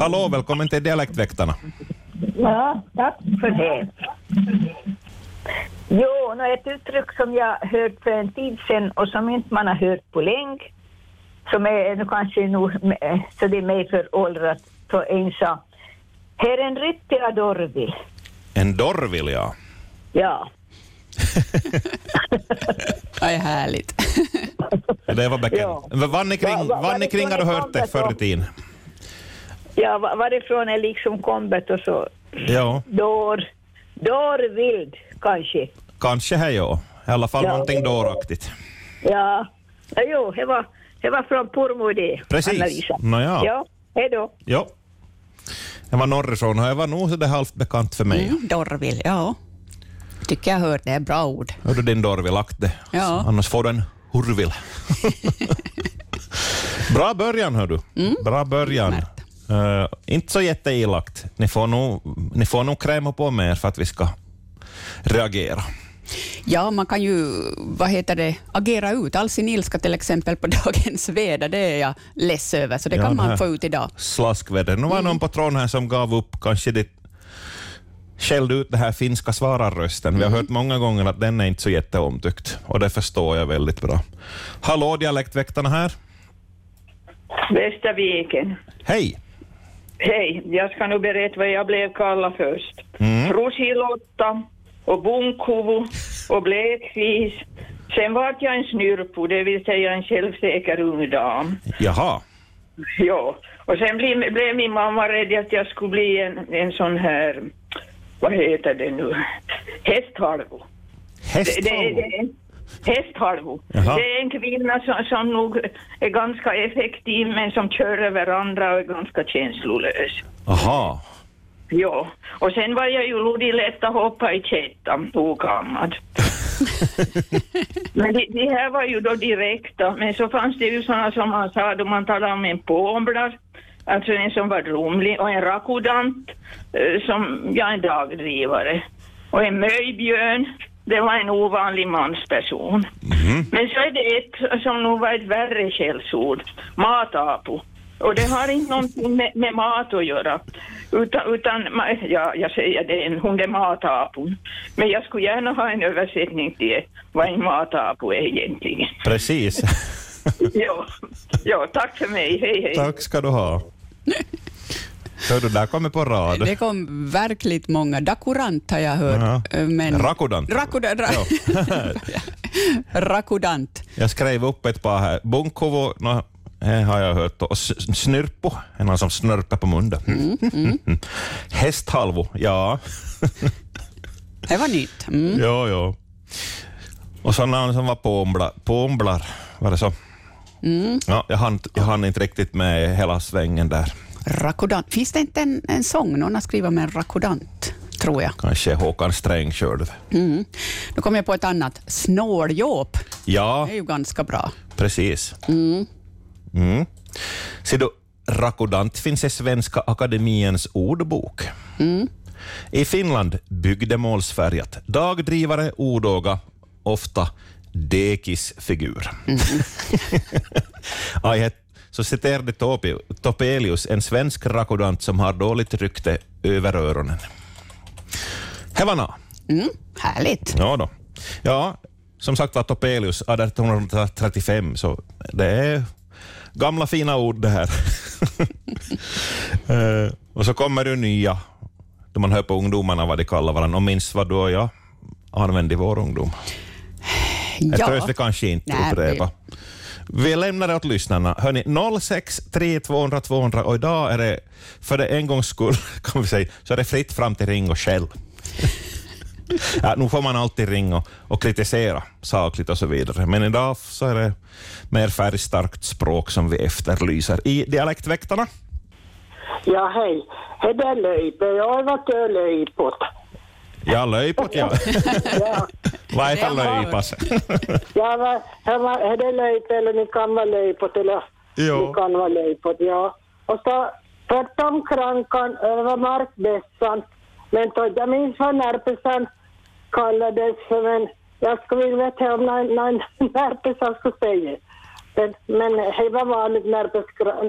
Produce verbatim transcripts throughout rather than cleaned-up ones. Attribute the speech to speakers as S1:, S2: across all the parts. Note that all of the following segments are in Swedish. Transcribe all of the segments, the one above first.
S1: Hallå, välkommen till Dialektväktarna.
S2: Ja, tack för det. Jo, nu ett uttryck som jag hört för en tid sedan och som inte man har hört på länge, som är nu kanske nog, så det är mig för åldrat, så en sa, här är en riktiga dorvil.
S1: En dorvil, ja.
S2: Ja.
S3: Det är härligt.
S1: Det var bekant. Ja. Vann ni kring, va, va, vann ni kring har du hört det förr i tiden?
S2: Ja, varifrån är liksom kombet och så.
S1: Ja.
S2: Dår, dårvild, kanske.
S1: Kanske här, ja. I alla fall
S2: ja.
S1: Någonting dåraktigt.
S2: Ja, ja jo, det var, det var från Pormo det.
S1: Precis. Nå ja.
S2: Ja, hej då.
S1: Ja. Det var norrifrån och det var nog så det halvt bekant för mig.
S3: Mm, dorvil, ja. Tycker jag hört det är bra ord.
S1: Hör du din dorvil akte?
S3: Ja.
S1: Annars får du en hurvil. Bra början, hör du. Mm. Bra början. Uh, inte så jätteilakt. Ni får nog, ni får nog kräma på mer för att vi ska reagera.
S3: Ja, man kan ju, vad heter det, agera ut all sin ilska till exempel på dagens väder. Det är jag less över, så det ja, kan man få ut idag.
S1: Slaskväder. Nu var mm. någon på tråden här som gav upp, kanske det skällde ut det här finska svararrösten. Vi har mm. hört många gånger att den är inte så jätteomtyckt. Och det förstår jag väldigt bra. Hallå, Dialektväktarna här.
S4: Västerviken.
S1: Hej.
S4: Hej, jag ska nu berätta vad jag blev kallad först.
S1: Mm.
S4: Frusilotta och bunkhuvu och blekvis. Sen var jag en snyrpo, det vill säga en självsäker ung dam.
S1: Jaha.
S4: Ja, och sen blev, blev min mamma rädd att jag skulle bli en, en sån här, vad heter det nu, hästhalvo.
S1: Hästhalvo?
S4: Hästhalvo. Det är en kvinna som, som nog är ganska effektiv men som kör över andra och är ganska känslolös.
S1: Aha.
S4: Ja, och sen var jag ju luddigt lätt att hoppa i kättan, okammad. Men det, det här var ju då direkta, men så fanns det ju sådana som man sa då man talade om en påmblar, alltså en som var romlig, och en rakodant eh, som jag ja, en dagdrivare, och en möjbjörn. Det var en ovanlig mansperson. Mm. Men så är det ett som nog var ett värre källsord. Matapo. Och det har inte någonting med, med mat att göra. Utan, utan ja, jag säger det, hon är matapon. Men jag skulle gärna ha en översättning till vad en matapo är egentligen.
S1: Precis.
S4: ja, ja, tack för mig. Hej, hej.
S1: Tack ska du ha. Så du där kommer på rad.
S3: Det kom verkligt många. Dakurant har jag hört.
S1: Uh-huh.
S3: Men
S1: Rakodant.
S3: Rakodant. Ra- Rakodant.
S1: Jag skrev upp ett par här. Bunkhuvu, no, det har jag hört. Och snyrpo, en annan som snörper på munnen.
S3: Mm, mm.
S1: Hästhalvo, ja.
S3: Det var nytt. Mm.
S1: Ja, ja. Och så någon som var påmblar. Påmblar, var det så?
S3: Mm.
S1: Ja, jag hann, jag hann inte riktigt med hela svängen där.
S3: Rakodant. Finns det inte en, en sång någon har skrivit med en rakodant, tror jag?
S1: Kanske Håkan Sträng körde det.
S3: Mm. Nu kommer jag på ett annat. Snåljåp.
S1: Ja.
S3: Det är ju ganska bra.
S1: Precis.
S3: Mm.
S1: Mm. Så då, rakodant finns i Svenska Akademiens ordbok.
S3: Mm.
S1: I Finland bygdemålsfärgat. Dagdrivare, odåga, ofta dekisfigur. Mm. Aj, så citerade Topelius en svensk rakodant som har dåligt rykte över öronen. Hevana.
S3: Mm, härligt.
S1: Ja då. Ja, som sagt var Topelius arton trettiofem, så det är gamla fina ord det här. uh, och så kommer det nya, då man hör på ungdomarna vad de kallar varandra. Och minst vad du och jag använder i vår ungdom. Jag
S3: ja.
S1: tror vi kanske inte
S3: Nej,
S1: upprepa. Vi lämnar det åt lyssnarna. Hörni, noll sex tre tvåhundra tvåhundra, och idag är det, för det en gångs skull kan vi säga, så är det fritt fram till ring och skäll. Ja, nu får man alltid ringa och kritisera sakligt och så vidare. Men idag så är det mer färgstarkt språk som vi efterlyser i Dialektväktarna.
S5: Ja, hej. Är det löjpe? Jag har varit löjpot.
S1: Ja, löjpot, ja.
S5: ja.
S1: Vad är det löjpas?
S5: Ja, vad är det löjpe eller ni kan vara löjpot eller
S1: jo.
S5: Ni kan vara löjpot, ja. Och så förutom krankan över markbässan. Men då, jag minns vad närpesan kallades för, men jag skulle vilja veta om när närpesan skulle säga. Men, men det var vanligt närpes,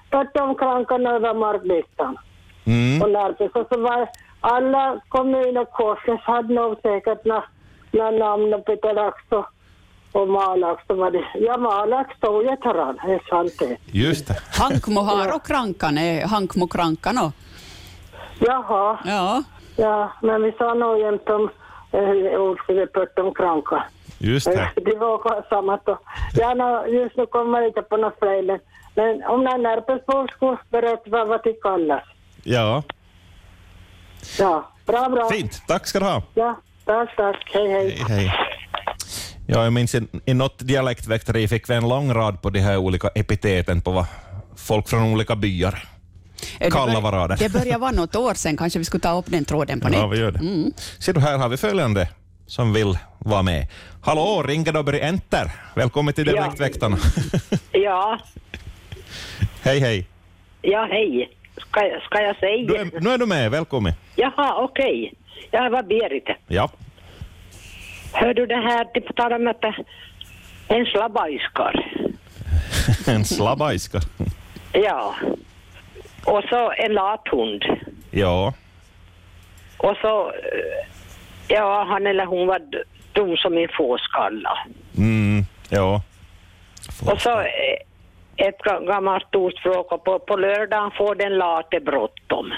S5: tvärtom krankan över markbässan.
S1: Mm.
S5: Och närpes. Och så var alla kommuner korsens hade nog säkert några namn och Peter Lax och, och Malax. Var det. Ja, Malax stod jag tar han. Det är sant det.
S1: Just det.
S3: Hankmo har och krankan är Hankmo krankan och.
S5: Jaha.
S3: Ja.
S5: Ja, men vi sa nog jämt om eh, ordskrivet om kranka.
S1: Just det.
S5: Det var samma då. Ja, no, just nu kommer jag inte på något fler, men, men om någon närpesbor skulle berätta vad, vad det kallas.
S1: Ja.
S5: Ja, bra, bra.
S1: Fint, tack ska du ha.
S5: Ja, tack, tack. Hej, hej.
S1: Hej, hej. Ja, jag minns i, i något dialektväkteri fick vi en lång rad på de här olika epiteten på vad folk från olika byar kallar varandra.
S3: Det börjar vara något år sedan, kanske vi skulle ta upp den tråden på nytt.
S1: Ja, vi gör det.
S3: Mm.
S1: Ser du, här har vi följande som vill vara med. Hallå, ringer då börjar enter. Välkommen till Dialektväktarna.
S6: Ja.
S1: Hej, hej.
S6: Ja, hej. Ska, jag- ska jag säga?
S1: Du är, nu är du med, välkommen.
S6: Jaha, okej. Jag var Berit.
S1: Ja.
S6: Hör du det här, det på tal om att en slabbajskar.
S1: En slabbajska.
S6: Ja. Och så en lathund.
S1: Ja.
S6: Och så, eh, ja, han eller hon var d- dum som en fåskalla.
S1: Mm, ja.
S6: Och så eh, ett ga- gammalt ordspråk, på, på lördagen får den late bråttom.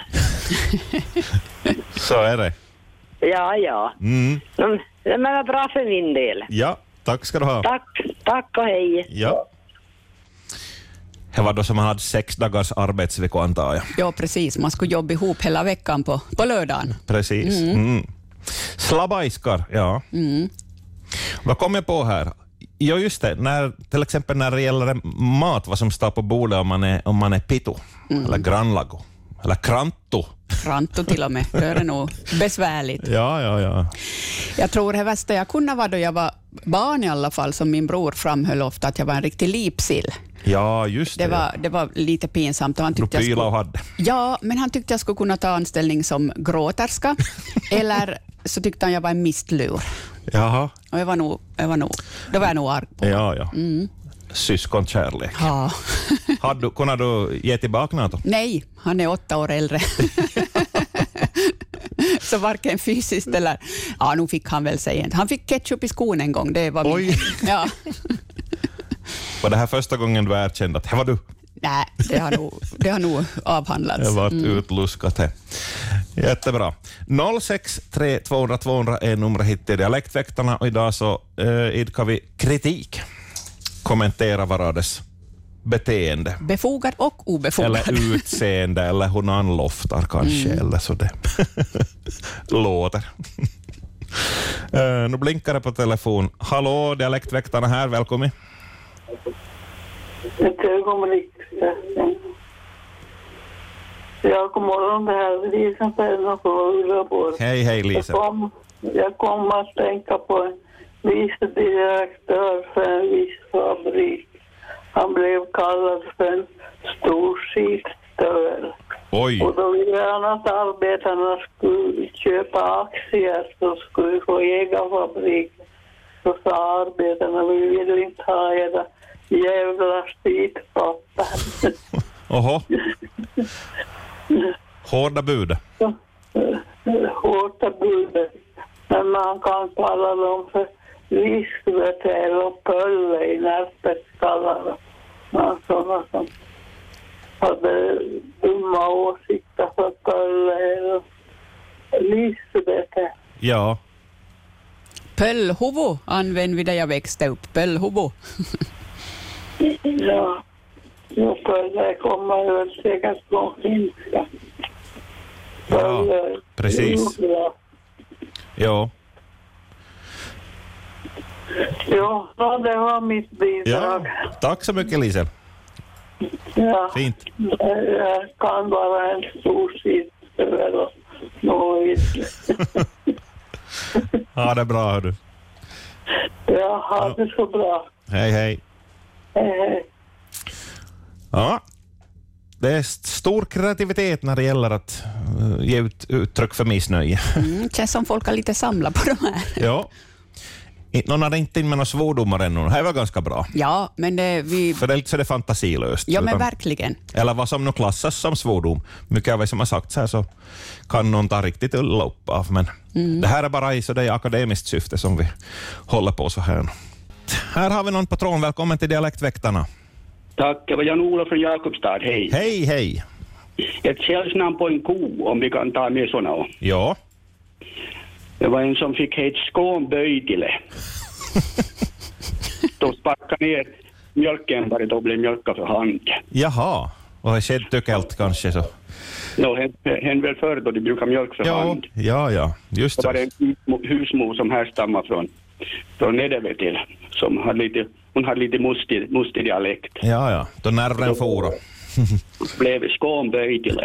S1: Så är det.
S6: Ja, ja.
S1: Mm.
S6: Mm, det var bra för min del.
S1: Ja, tack ska du ha.
S6: Tack, tack och hej.
S1: Ja. Det var då som man hade sex dagars arbetsvecka, antar jag.
S3: Ja, precis. Man skulle jobba ihop hela veckan på, på lördagen.
S1: Precis. Mm. Mm. Slabajskar, ja.
S3: Mm.
S1: Vad kom jag på här? Ja, just det. När, till exempel när det gäller mat, vad som står på bordet om man är, om man är pito, mm. eller grannlago, eller kranto.
S3: Kranto till och med. Det är nog besvärligt.
S1: Ja, ja, ja.
S3: Jag tror det värsta jag kunde var då jag var barn i alla fall, som min bror framhöll ofta att jag var en riktig lipsill.
S1: Ja, just det.
S3: Det var, det var lite pinsamt. Och han tyckte jag
S1: Propila och
S3: skulle,
S1: hade.
S3: ja, men han tyckte jag skulle kunna ta anställning som gråterska. Eller så tyckte han jag var en mistlur.
S1: Jaha.
S3: Och jag var nog, jag var nog, då var jag nog arg på.
S1: Ja, ja. Mm. Syskonkärlek.
S3: Ja.
S1: Hade du, kunde du ge tillbaka något?
S3: Nej, han är åtta år äldre. Så varken fysiskt eller... Ja, nu fick han väl säga. Han fick ketchup i skon en gång. Det var
S1: Oj.
S3: min, ja.
S1: Var det här första gången du erkände att det var du?
S3: Nej, det har nog, det har nog avhandlats.
S1: Det var mm. utluskat här. Jättebra. noll sex tre tvåhundra tvåhundra är numret hit till Dialektväktarna och idag så äh, idkar vi kritik. Kommentera varandras beteende.
S3: Befogad och obefogad.
S1: Eller utseende eller hon anloftar kanske mm. eller så det låter. uh, nu blinkar det på telefon. Hallå, Dialektväktarna här, välkommen.
S5: Ett ögonblick. Ja, god morgon, det här är Lisa Penna på Ullaborg.
S1: Hej, hej Lisa.
S5: Jag kom, jag kom att tänka på en vice direktör för en viss fabrik. Han blev kallad för en stor skitstövel.
S1: Oj.
S5: Och då ville han att arbetarna skulle köpa aktier så skulle få äga fabriken. Så sa arbetarna, vi vill inte ha era jävla skitpapper.
S1: Oho. Hårda bud.
S5: Hårda bud. Men man kan kalla dem för riskbetäl och pölle i närpet kallar man sådana som hade dumma åsikter för pölle och riskbetäl.
S1: Ja.
S3: Pöllhuvu använde vi där jag växte upp. Pöllhuvu.
S5: Ja, jo, pölle kommer väl säkert från finska.
S1: Ja, precis.
S5: Ja.
S1: Ja.
S5: Ja, det var mitt bidrag.
S1: Ja. Tack så mycket Lisa.
S5: Ja.
S1: Fint.
S5: Jag kan vara en stor skitstövel och något.
S1: Ha det bra, du.
S5: Ja, ha det så bra.
S1: Hej, hej.
S5: Hej, hej.
S1: Ja. Det är stor kreativitet när det gäller att uh, ge ut uttryck för missnöje.
S3: Mm, känns som folk har lite samlat på de här.
S1: Ja. Någon hade inte in med några svordomar ännu. Det här var ganska bra.
S3: Ja, men det, vi...
S1: För det är lite så det fantasilöst.
S3: Ja, men
S1: utan,
S3: verkligen.
S1: eller vad som nu klassas som svordom. Mycket av det som har sagts här så kan någon ta riktigt illa upp av. Men mm. det här är bara i så det är akademiskt syfte som vi håller på så här. Här har vi någon patron. Välkommen till Dialektväktarna.
S7: Tack, jag var Jan-Olof från Jakobstad. Hej.
S1: Hej, hej.
S7: Ett källsnamn på en ko, om vi kan ta med sådana.
S1: Ja.
S7: Det var en som fick heta Skånböjdile. Då sparkade ner mjölken bara då blev mjölka för hand.
S1: Jaha, och det skedde tyckelt kanske så.
S7: Ja, hen väl förr då de brukar mjölk för
S1: ja,
S7: hand.
S1: Ja, ja, just det.
S7: Det var en husmor som härstammar från, från Nedevetil som hade lite, hon hade lite mustig, mustig dialekt.
S1: Ja, ja, då nerven for då.
S7: Blev Skånböjdile.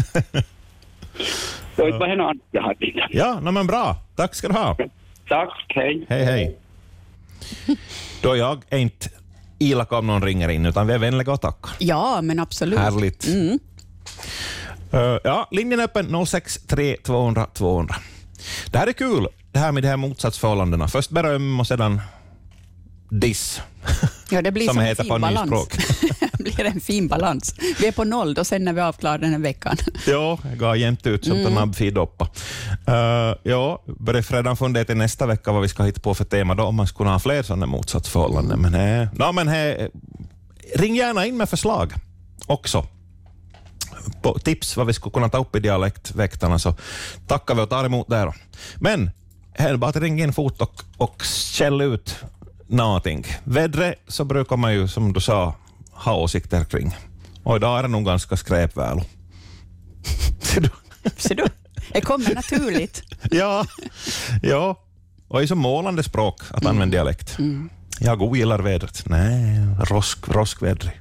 S7: Jag vet vad henne annat jag hade inte.
S1: Ja, no, men bra. Tack ska du ha.
S7: Tack, hej.
S1: Hej, hej. Då jag är inte elak om någon ringer in, utan vi är vänliga och tackar.
S3: Ja, men absolut.
S1: Härligt.
S3: Mm.
S1: Uh, ja, linjen är öppen noll sex tre tvåhundra tvåhundra. Det här är kul, det här med de här motsatsförhållandena. Först beröm och sedan diss.
S3: Ja, det blir
S1: som
S3: som
S1: heter
S3: en
S1: på
S3: fin balans.
S1: nyspråk.
S3: Det blir en fin balans. Vi är på noll då sen när vi avklarar den här veckan.
S1: Ja, jag går jämt ut som mm. en nabbfidoppa. Uh, ja, börjar redan fundera till nästa vecka vad vi ska hitta på för tema då, om man skulle ha fler sådana motsatsförhållanden. Men, he, no, men he, ring gärna in med förslag också. På tips vad vi skulle kunna ta upp i dialektväktarna, så tackar vi och tar emot där. Men här bara att ringa in fot och, och käll ut någonting. Vädre så brukar man ju, som du sa, ha åsikter kring. Och idag är det nog ganska skräpväl. Ser du?
S3: Ser du? Det kommer naturligt.
S1: Ja, ja. Och det är så målande språk att mm. använda dialekt. Mm. Jag ogillar vädret. Nej, rosk, roskvädrig.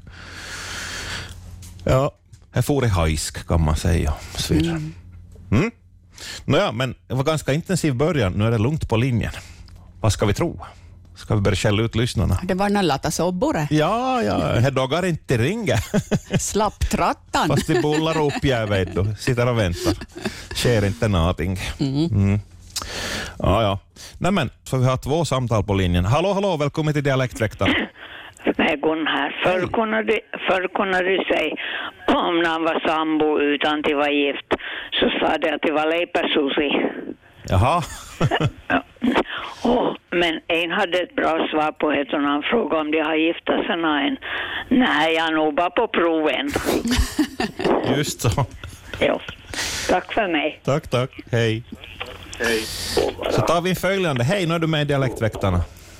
S1: Ja, här får det hajsk kan man säga. Mm. Mm. Nåja, men det var ganska intensiv början. Nu är det lugnt på linjen. Vad ska vi tro? Ska vi börja källa ut lyssnarna?
S3: Det var en lattasobbore.
S1: Ja, ja. Här dagar inte ringa.
S3: Slapptrattan.
S1: Fast vi bollar upp, jag vet du. Sitter och väntar. Sker inte någonting. Mm. Mm. Ja, ja. Nämen, så vi har två samtal på linjen. Hallå, hallå, välkommen till Dialektväktarna.
S8: Nej, Gun här. Förr kunde, du, förr kunde du säga om någon var sambo utan att var gift, så sa det att det var leipäsusi.
S1: Jaha.
S8: Ja. Oh, men en hade ett bra svar på det och han frågade om de har gifta sig. Nej, nej, jag nog bara på proven.
S1: Just så.
S8: Jo. Tack för mig.
S1: Tack, tack. Hej.
S7: Hej.
S1: Så tar vi en följande. Hej, nu är du med i Dialektväktarna.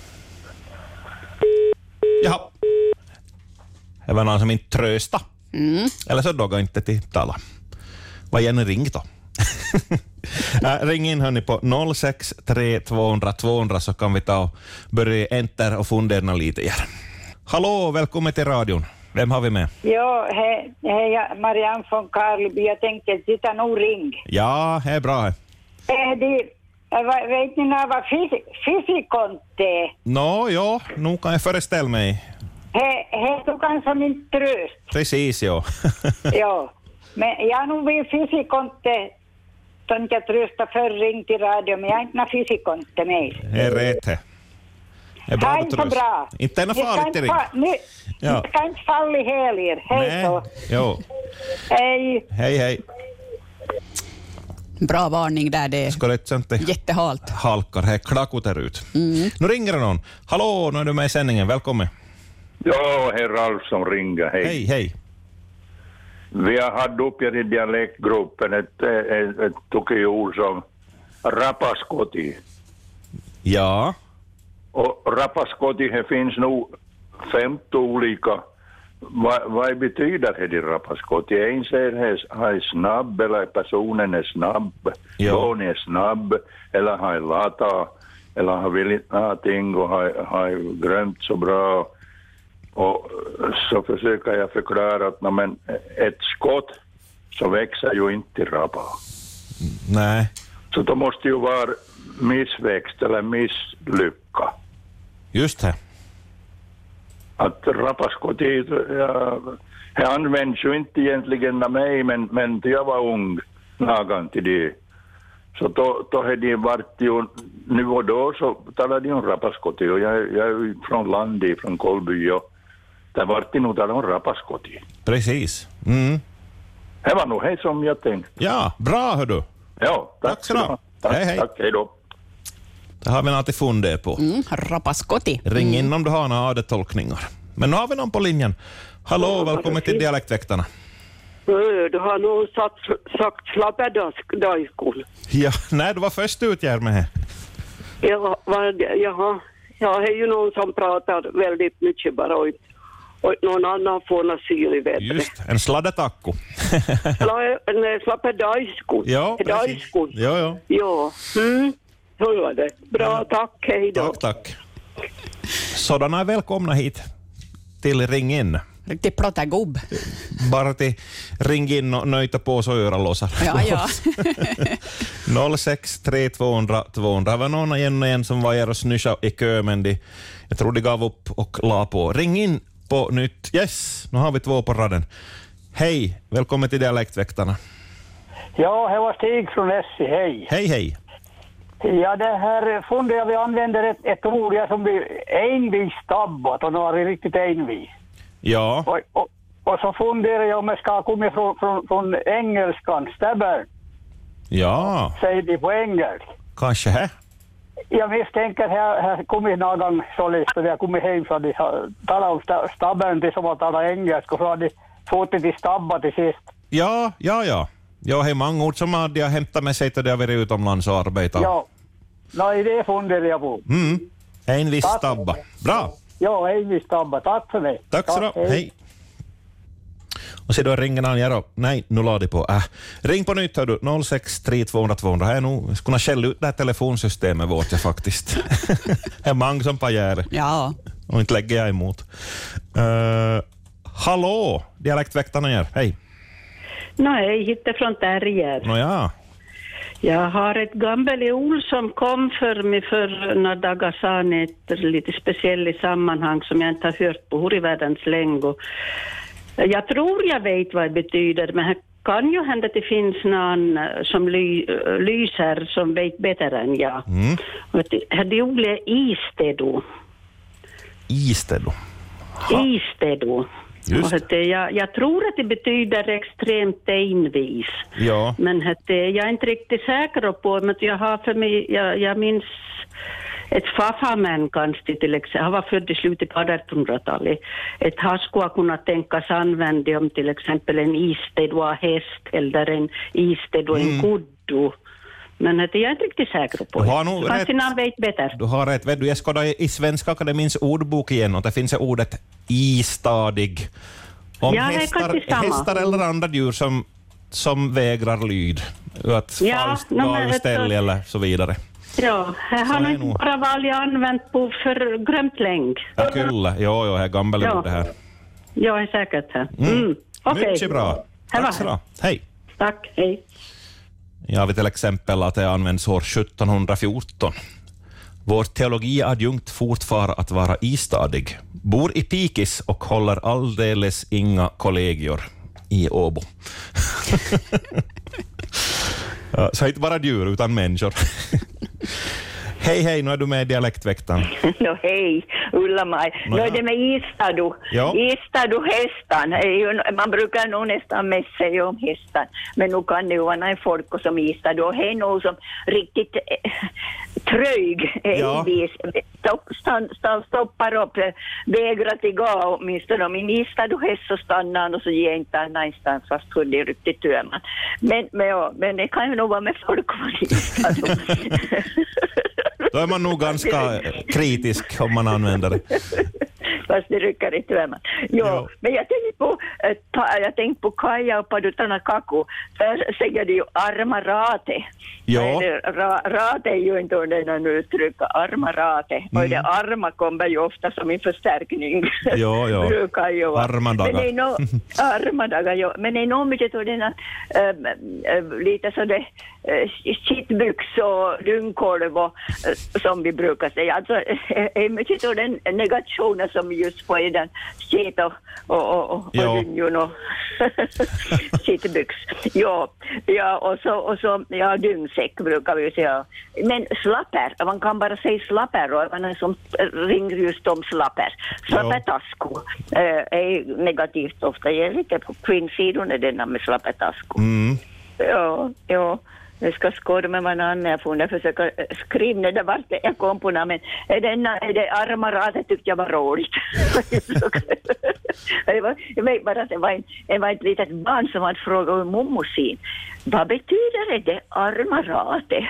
S1: Jaha. Det var någon som inte trösta. Mm. Eller så dogga inte till tala. Vad gärna ring då? äh, ring in hörni på noll sex tre tvåhundra tvåhundra så kan vi ta och börja enter och fundera lite igen. Hallå, välkommen till radion. Vem har vi med?
S6: Ja, hej, hej Marianne från Karleby. Jag tänkte sitta nog ring.
S1: Ja, det är bra.
S6: Eh, det, vet ni när vad fysikonte är?
S1: Nå, ja, nu kan jag föreställa mig.
S6: He, he, du kan som en tröst.
S1: Precis, ja.
S6: Ja, men jag nog vill fysikonte. Sånt jag trösta för ring till radio, men jag har inte någon fysikonte med.
S1: Det är rätt. Det är bra
S6: att trösta. Bra.
S1: Inte är det farligt till ring.
S6: Ni ja. Ska inte falla i helger. Hej då.
S1: Jo.
S6: Hej.
S1: Hej, hej.
S3: Bra varning där, det är jättehalt.
S1: Halkar, här klakot är ut. Mm. Nu ringer det någon. Hallå, nu är du med i sändningen. Välkommen.
S9: Ja, herr Ralf som ringer. Hej.
S1: Hej, hej.
S9: Vi har haft upp i dialektgruppen ett, ett, ett tokigt ord som rapaskoti.
S1: Ja.
S9: Och rapaskoti, det finns nog femton olika. Va, vad betyder det i rapaskoti? En säger att han är snabb, eller personen är snabb, någon är snabb, eller han är lata, eller han vill inte någonting och har, har glömt så bra. Och så försöker jag förklara att när man ett skott så växer ju inte till rapa.
S1: Nej.
S9: Så det måste ju vara missväxt eller misslycka.
S1: Just det.
S9: Att rapaskott, ja, det används ju inte egentligen av mig, men, men till jag var ung, nagan till det. Så då, då hade de varit ju, nu och då så talade de om Rappaskotti och jag, jag är ju från landet, från Kolby och där var det nog talade om Rappaskotti.
S1: Precis. Mm.
S9: Det var nog det som jag tänkte.
S1: Ja, bra hör du.
S9: Ja, tack, tack så du. Tack, hej, hej. Tack, hej då.
S1: Det har vi alltid funderat på.
S3: Mm, Rappaskotti.
S1: Ring
S3: mm.
S1: in om du har några adetolkningar. Men nu har vi någon på linjen. Hallå, ja, välkommen till Dialektväktarna.
S10: Du har nog sagt, sagt slappedagskul.
S1: Ja, nej, du var först ut här med.
S10: Ja, jaha. Jag är ju någon som pratar väldigt mycket bara och, och någon annan får asyl i vädret.
S1: Just, en sladdetakko.
S10: En slappedagskul.
S1: Ja, precis. Ja, ja.
S10: Ja, mm. Hur var det? Bra, tack, hej då.
S1: Tack, tack. Sådana är välkomna hit till Ring in.
S3: Riktigt protagobb.
S1: Bara till ring in och nöjta på så öralåsar.
S3: Ja, ja.
S1: noll sex tre tvåhundra tvåhundra. Det var någon igen och en som var här och snyscha i kö, men de, jag tror de gav upp och la på. Ring in på nytt. Yes, nu har vi två på raden. Hej, välkommen till Dialektväktarna.
S11: Ja, det var Stig från Essi, hej.
S1: Hej, hej.
S11: Ja, det här funderar jag, vi använder ett, ett ord som blir envis stabbat och nu är det riktigt envis.
S1: Ja.
S11: Och, och, och så funderar jag om jag ska komma från, från, från engelskan, stabber.
S1: Ja.
S11: Säger de på engelsk.
S1: Kanske här.
S11: Jag misstänker att här, här kommer någon så list och jag kommer hem så de talar om stabbern till som att tala engelska och så har de fått det till stabba till sist.
S1: Ja, ja, ja. Jag har många ord som hade jag hämtat med sig till det jag varit utomlands och arbetat.
S11: Ja, nej, det funderar jag på.
S1: Mm. En viss stabba. Bra.
S11: Ja, en viss stabba. Tack för det.
S1: Tack så
S11: Tack,
S1: hej. hej. Och så då ringer han gärna. Nej, nu la det på. Äh. Ring på nytt, hör du. noll sex tre tvåhundra tvåhundra. Här nu jag skulle skälla ut det här telefonsystemet vårt jag faktiskt. Det är många som pajar.
S3: Ja.
S1: Och inte lägger jag emot. Uh, hallå, Dialektväktarna här. Hej.
S12: Nej, jag hittar från Terrier.
S1: Nå ja.
S12: Jag har ett gammalt ord som kom för mig för några dagar sedan, ett lite speciellt sammanhang som jag inte har hört på hur i världens längd. Jag tror jag vet vad det betyder, men det kan ju hända att det finns någon som ly, lyser som vet bättre än jag.
S1: Mm.
S12: Det ordet är istedo.
S1: Istedo?
S12: Istedo. Det, jag, jag tror att det betyder extremt envis.
S1: Ja.
S12: Men det, jag är inte riktigt säker på men jag har för mig, jag, jag minns ett farfarmän kanske till exempel, han var född i slutet på artonhundratalet. Ett han skulle kunna tänkas använda om till exempel en isted och en häst eller en isted och en mm. kuddo. Men det är jag inte riktigt säker på.
S1: Du har nog rätt.
S12: Kanske vet bättre.
S1: Du har rätt. Vet du, jag ska då i Svenska Akademins ordbok igen och det finns ordet istadig. Om
S12: ja,
S1: hästar, hästar eller andra djur som, som vägrar lyd. Att
S12: ja,
S1: falskt
S12: no,
S1: gav ställe eller så vidare.
S12: Ja, han har inte nog bara varit använt på för grömt länge.
S1: Ja, kulla. Jo, jo, det är gammalt
S12: ja.
S1: ord det här.
S12: Ja, är säkert här.
S1: Mm.
S12: Mm. Okay.
S1: Mycket bra. Tack så bra. Hej.
S12: Tack, hej.
S1: Jag har till exempel att det används år sjuttonhundrafjorton. Vår teologiadjunkt fortfar att vara istadig. Bor i Pikis och håller alldeles inga kollegior i Åbo. Så inte bara djur utan människor. Hej, hej, nu är du med i Dialektväktarna.
S13: No, hej, Ulla-Maj. No, no, det med istadu.
S1: Ja.
S13: Istadu hästan. Man brukar nog nästan mest säga om hästan. Men nu kan det ju vara en folk som istadu. Och det är nog som riktigt eh, trög.
S1: Ja.
S13: Stopp, stopp, stoppar upp, vägrar till gå åtminstone. Om en istadu häst så stannar han och så ger inte han någonstans fast hur det är riktigt tömman. Men, men, ja, men det kan ju nog vara med folk om man istadu.
S1: Då är man nog ganska kritisk om man använder det.
S13: Fast det rycker i tömman. Jo, ja. Men jag tänkte på, äh, jag tänkte på Kaja och Padutana Kaku. Där säger de ju arma rate.
S1: Ja.
S13: Ra, rate är ju inte ordentligt uttryck, arma rate. Mm. Och det arma kommer ju ofta som en förstärkning.
S1: Ja, ja.
S13: Brukar ju vara.
S1: Arma dagar.
S13: Men det är nog, arma dagar, ja. Men det är nog mycket av denna, äh, äh, lite så det äh, kittbyx och dunkolv och, äh, som vi brukar säga. Alltså, är äh, mycket av den negationen som just på den skit och, och, och, och,
S1: Ja.
S13: och, och sittbyx. Ja, ja, och så, och så ja, dyngsäck brukar vi säga. Men slapper, man kan bara säga slapper och man är som ringer just om slapper. Slappertasko äh, är negativt ofta. Jag är lite på kvinnsidan är denna med slappertasko.
S1: Mm.
S13: Ja, ja. Jag ska skåda med vad annan jag får. Jag försöker skriva ner det vart jag kom på namn. Men är det, är det armaratet tyckte jag var roligt. Jag vet bara att det var, en, det var ett litet barn som hade frågat om mommosin. Vad betyder det armaratet?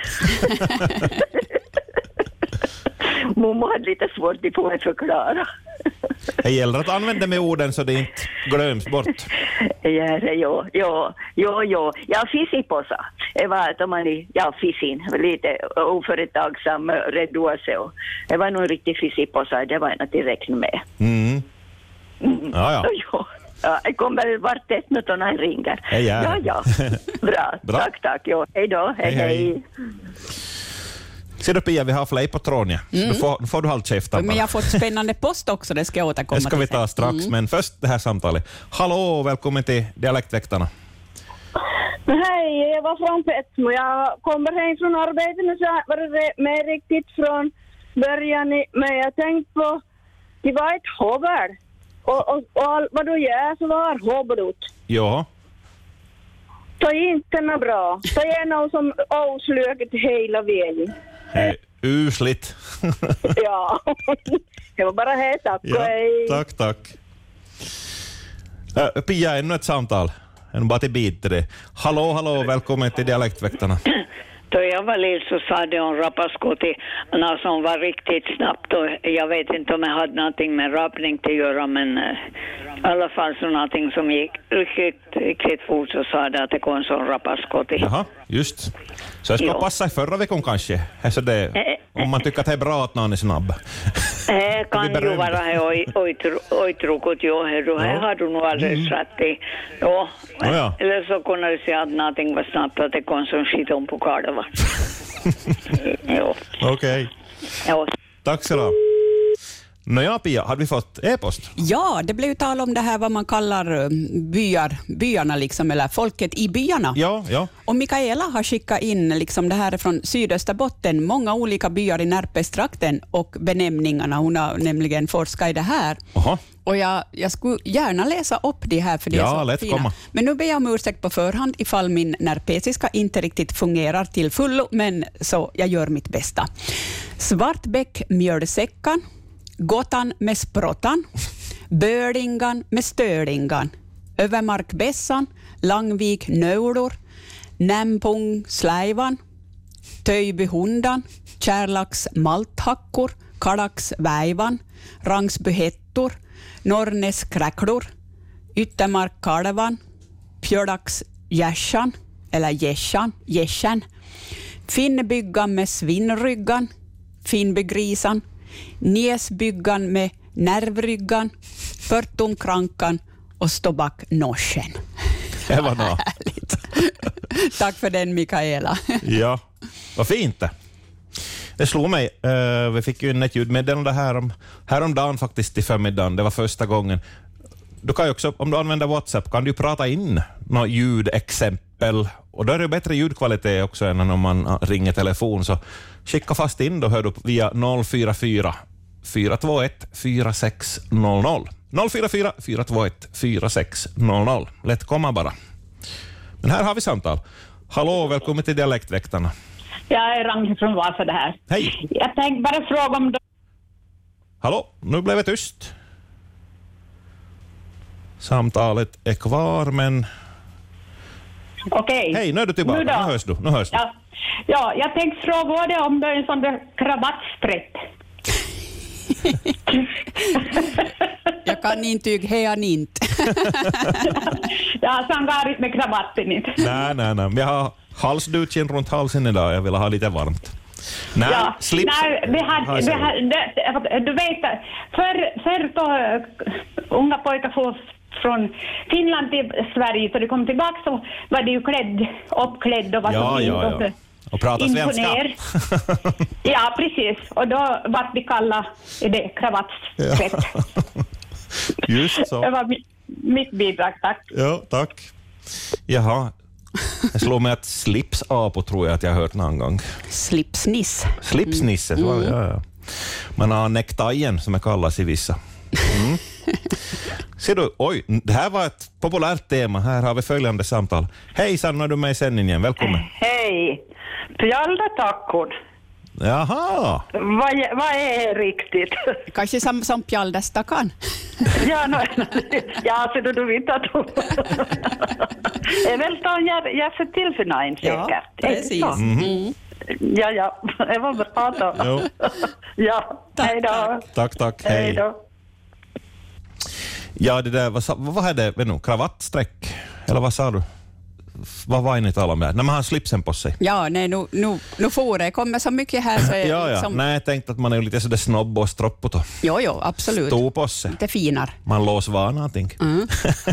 S13: Mommo hade lite svårt att förklara.
S1: Det gäller att använda med orden så det inte glöms bort.
S13: Ja, ja, ja, ja, ja. Ja, fisiposa. Det var att man är, ja, fisin, lite oföretagsam, räddåse. Det var nog en riktig fisiposa, det var en att räkna med.
S1: Mm.
S13: Mm.
S1: Ja, ja.
S13: Ja, ja, jag kommer vart ett när de ringer.
S1: Hej, ja.
S13: Ja, ja. Bra.
S1: Bra.
S13: Tack, tack. Ja. Hej då. Hej,
S1: Hej, hej.
S13: hej.
S1: Ser du Pia, vi har fler på tråden. Ja.
S3: Mm.
S1: Nu får, nu får du hålla käften.
S3: Men jag har fått spännande post också, det ska jag återkomma
S1: Det ska vi
S3: till
S1: ta
S3: sen.
S1: strax,
S3: Mm.
S1: men först det här samtalet. Hallå, välkommen till Dialektväktarna.
S14: Hej, jag var från Petsmo. Jag kommer hem från arbetet och så var det med riktigt från början. Men jag tänkte på, det var ett hover. Och, och, och allt vad du gör så var hoverut.
S1: Ja.
S14: Det är inte något bra. Det är någon som avslöget hela vägen.
S1: Hej, usligt.
S14: Ja, det var bara hej, tack och
S1: Ja,
S14: hej.
S1: tack, tack. Äh, Pia, ännu ett samtal. En bara till bit till det. Hallå, hallå, välkommen till Dialektväktarna.
S8: Då jag var lill så sa det om rapaskoti, något som var riktigt snabbt och jag vet inte om jag hade någonting med rapning till att göra, men eh, i alla fall så någonting som gick riktigt, riktigt fort så sa det att det kom en sån rapaskoti.
S1: Jaha, just. Så jag ska
S8: Jo.
S1: passa i förra veckan kanske. Alltså det, om man tycker att det är bra att någon är snabb.
S8: Det kan
S1: Vi
S8: ju
S1: berömde.
S8: vara oitrukut, jo, herru, här har du nog alldeles rätt i. Jo,
S1: Ja, ja.
S8: eller så kunde du säga att någonting var snabbt att det kom som skit om på kalva. Jo.
S1: Okej.
S8: Jo.
S1: Tack så du ha. Nåja, Pia, hade vi fått e-post?
S3: Ja, det blev ju tal om det här vad man kallar eh, byar, byarna liksom, eller folket i byarna.
S1: Ja, ja.
S3: Och Mikaela har skickat in liksom det här från Sydösterbotten, många olika byar i Närpestrakten och benämningarna. Hon har nämligen forskat i det här.
S1: Aha.
S3: Och jag, jag skulle gärna läsa upp det här för det
S1: Ja,
S3: är så
S1: lätt
S3: fina.
S1: komma.
S3: Men nu ber jag om ursäkt på förhand ifall min närpesiska inte riktigt fungerar till fullo, men så jag gör mitt bästa. Svartbäck mjölsäckan, Gotan med sprottan, Bölingan med stölingan, Övermark Bessan, Langvik Nöulor, Nämpung Släivan, Töjby Hundan, Kärlax Malthackor, Kalax Väivan, Rangsby Hettor, Norrnäs Kräcklor, Yttermark Kalvan, Pjölax Gässan, eller Gässan, Gässan, Finnbyggan med Svinnryggan, Finnbygrisan, Niesbyggan med Nervryggan, Pörtumkrankan och Stobacknorsen.
S1: Det var bra.
S3: Tack för den, Mikaela.
S1: Ja, vad fint det. Det slog mig, uh, vi fick ju in ett ljudmeddelande här om, häromdagen faktiskt i förmiddagen, det var första gången. Du kan ju också, om du använder WhatsApp kan du prata in några ljudexempel och då är det bättre ljudkvalitet också än om man ringer telefon, så skicka fast in då, hör du via noll fyra fyra fyra två ett fyra sex noll noll. noll fyra fyra fyra två ett fyra sex noll noll. Lätt komma bara. Men här har vi samtal. Hallå, välkommen till Dialektväktarna.
S15: Jag är Ragnhild från Vasa det här.
S1: Hej.
S15: Jag tänkte bara fråga om...
S1: Hallå, nu blev det tyst. Samtalet är kvar, men...
S15: Okej.
S1: Hej, nu är du tillbaka.
S15: Nu
S1: Nu,
S15: då?
S1: hörs du. Nu hörs du.
S15: Ja, ja, jag tänkte fråga dig om det är en sån där kravattsprätt.
S3: Jag kan intyga, hejan inte.
S15: Jag har sangarit med kravatten inte.
S1: Nej, nej, nej. Jag har halsdukjen runt halsen idag. Jag vill ha lite varmt. Nej,
S15: Ja,
S1: slips.
S15: nej, vi hade,
S1: Har jag
S15: vi
S1: sagt.
S15: hade, du vet, för, för då uh, unga pojkar får från Finland till Sverige, så de kom tillbaka så var det ju klädd, uppklädd och var
S1: Ja,
S15: så fint.
S1: ja,
S15: och
S1: ja.
S15: så-
S1: Och prata svenska.
S15: Imponer. Ja, precis. Och då vart vi kalla i det kravattstvätt.
S1: Just så.
S15: Det var mi- mitt bidrag, tack.
S1: Ja, tack. Jaha. Jag slår mig att slipsapo tror jag att jag har hört någon gång.
S3: Slipsniss.
S1: Slipsnisse, så,
S3: Mm.
S1: ja, ja. Man har nektajen som jag kallas i vissa. Mm. Ser du, oj, det här var ett populärt tema. Här har vi följande samtal. Hej Sanna, du är med i sändningen. Välkommen.
S16: Hej. Pjalda-tackor.
S1: Jaha.
S16: Vad, är- vad är riktigt?
S3: Kanske som, som pjaldastakan.
S16: Ja, no, ja, så du, du vet att du... är väl då jag, jag ser till för näin säkert.
S3: Ja, precis.
S16: Ja.
S3: Mm.
S16: Ja, ja, det var bra då.
S1: Jo.
S16: Ja, hej då.
S1: Tack, tack. Hej.
S16: Hej då.
S1: Ja, det där, vad, sa- vad är det? Vet du, kravattsträck? Eller vad sa du? Vad var ni talade om där? När man har slipsen på sig.
S3: Ja, nej, nu, nu, nu får det komma så mycket här. Så är
S1: Ja, ja.
S3: liksom,
S1: Nej, jag tänkte att man är lite sådär snobb och stroppot och
S3: jo, jo, absolut.
S1: stor på sig.
S3: Lite finar.
S1: Man låser var någonting.
S3: Mm.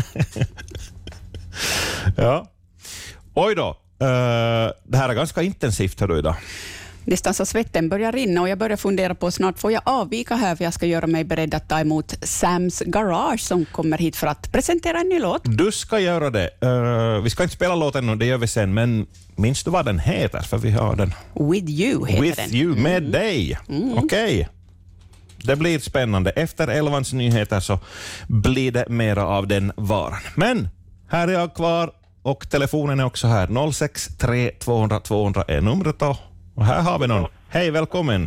S1: Ja. Oj då. Uh, det här är ganska intensivt, hör du, idag.
S3: Nästan så svetten börjar rinna och jag börjar fundera på snart får jag avvika här för jag ska göra mig beredd att ta emot Sams Garage som kommer hit för att presentera en ny låt.
S1: Du ska göra det. Uh, vi ska inte spela låten nu, det gör vi sen, men minns du vad den heter? För vi har den.
S3: With You heter
S1: With
S3: den.
S1: You, med
S3: Mm.
S1: dig.
S3: Mm.
S1: Okej. Det blir spännande. Efter elvans nyheter så blir det mera av den varan. Men här är jag kvar och telefonen är också här. noll sex tre tvåhundra tvåhundra är numret då. Och här har vi någon. Hej, välkommen.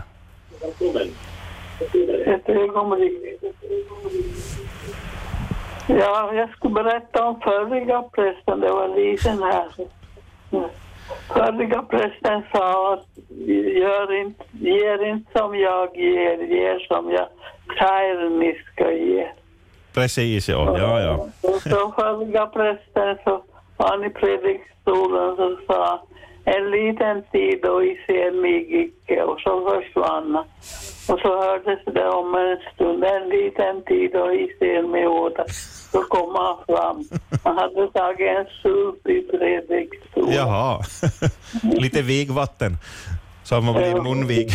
S5: Ett ögonblick. Ja, jag skulle berätta om förriga prästen. Det var liten här. Förriga prästen sa att gör inte, ger inte som jag ger, ger som jag säger ni ska ge.
S1: Precis, ja. ja, ja.
S5: Och så förriga prästen så var han i predikstolen så sa en liten tid och I ser mig icke och så försvann han. Och så hördes det om en stund, en liten tid och I ser mig åter. Så kom han fram. Han hade tagit en sup i predikstolen.
S1: Jaha. Lite vigvatten. Så har man blivit munvig.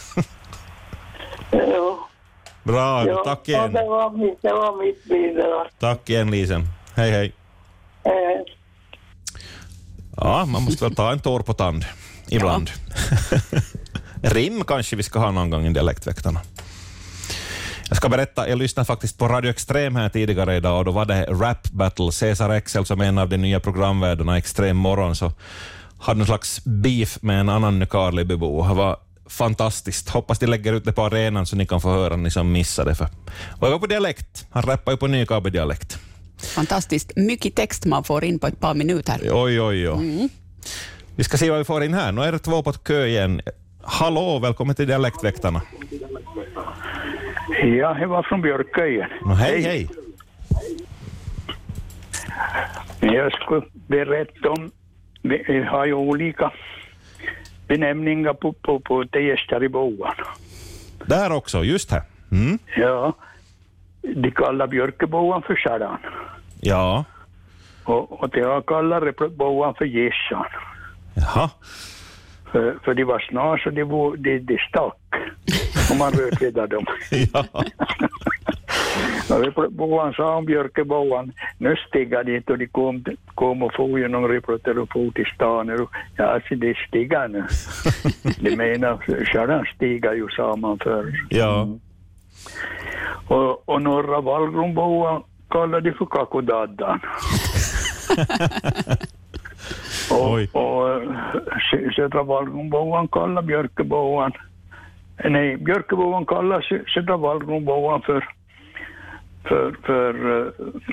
S5: Jo.
S1: Bra,
S5: Jo,
S1: tack
S5: och
S1: igen.
S5: Det var mitt, det var mitt bidrag.
S1: Tack igen, Lisen. Hej, hej.
S5: Eh,
S1: Ja, man måste väl ta en tår på tand ibland. Rim kanske vi ska ha någon gång i Dialektväktarna. Jag ska berätta, jag lyssnade faktiskt på Radio Extrem här tidigare idag och då var det Rap Battle. Cesar Excel som är en av de nya programvärdarna Extrem morgon så hade en slags beef med en annan Nykarlebybo. Det var fantastiskt. Hoppas de lägger ut det på arenan så ni kan få höra, ni som missade. För. Och jag var på dialekt. Han rappar ju på Nykarleby-dialekt.
S3: Fantastiskt. Mycket text man får in på ett par minuter.
S1: Oj, oj, oj.
S3: Mm.
S1: Vi ska se vad vi får in här. Nu är det två på kö igen. Hallå, välkommen till Dialektväktarna.
S17: Ja, jag var från Björka igen.
S1: No, hej, hej.
S17: Jag skulle berätta om, vi har ju olika benämningar på, på, på de gäster i boan.
S1: Där också, just här. Mm.
S17: Ja, de kallar Björkeboan för Särdan.
S1: Ja.
S17: Och, och de kallar boan för Gissan.
S1: Jaha.
S17: För, för de var snar så de, bo, de, de stack. Och man rökledde dem.
S1: Ja.
S17: Och boan sa om Björkeboan, nu stiga dit och de kom, kom och få genom reporter och få till stan. Och, ja, alltså det stiga nu. De menar, Särdan stiga ju, sa man förr.
S1: Ja.
S17: Och, och norra Vallgrunboan kallade de för Kakodaddan. och, och sö- södra Vallgrunboan kallar Björkeboan. Nej, Björkeboan kallar sö- södra Vallgrunboan för för, för uh,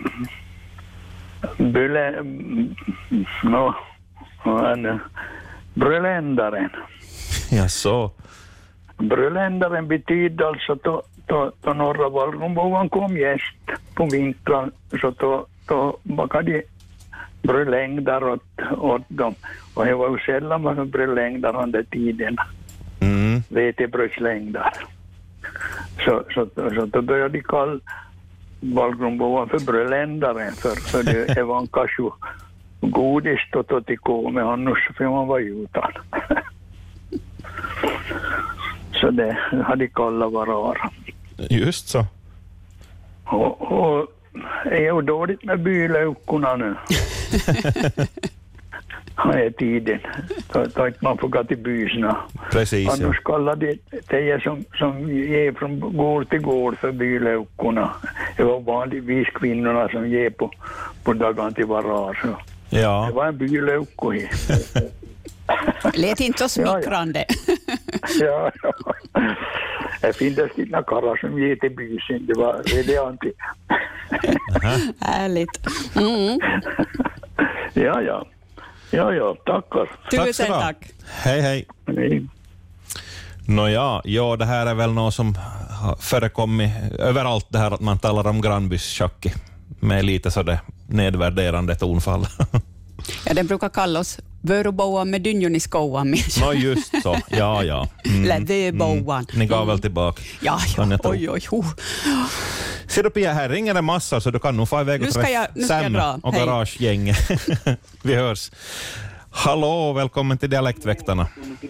S17: Byle, no, en Bröländaren.
S1: Ja, så.
S17: Bröländaren betyder alltså då, då, då norra Vallgrunboan kom gäst på vintern så då, då bakade de brölängdar åt, åt dem. Och det var ju sällan var brölängdar under tiden.
S1: Mm.
S17: Vetebrödslängdar. Så, så, så då började de kalla Vallgrunboan för bröländaren för, för det, det var en kanske godis då till kom med annars för man var utan. så det hade kallat varar.
S1: Just så.
S17: Och, och är ju dåligt med bylaukorna nu. Har jag tiden. Så att man får gå till bysna.
S1: Precis.
S17: Annars ja. Kallar det det som, som ger från gård till gård för bylaukorna. Det var vanligtvis kvinnorna som ger på, på dagen till varar. Så.
S1: Ja.
S17: Det var en bylauko här.
S3: Lät inte så smickrande.
S17: Ja, ja. Det finns sina karlar som ger till bysen. Det var det alltid.
S3: Härligt. Mm.
S17: Ja, ja. Ja, ja, tackar.
S3: Tusen tack. tack.
S1: Hej, hej.
S17: Hej.
S1: Nåja, ja, det här är väl något som har förekommit överallt, det här att man talar om grannbysschacki med lite sådär nedvärderande tonfall.
S3: Ja, den brukar kalla oss Vöruboa med dynjon i skoan.
S1: Nå, just så. Ja, ja.
S3: Mm. Lädöboan.
S1: Mm. Ni gav väl tillbaka.
S3: Ja, ja. Oj, oj, oj.
S1: Ser du, Pia, här ringer det massor så du kan nog få iväg och träffa Sam och garagegänget. Vi hörs. Hallå, välkommen till Dialektväktarna.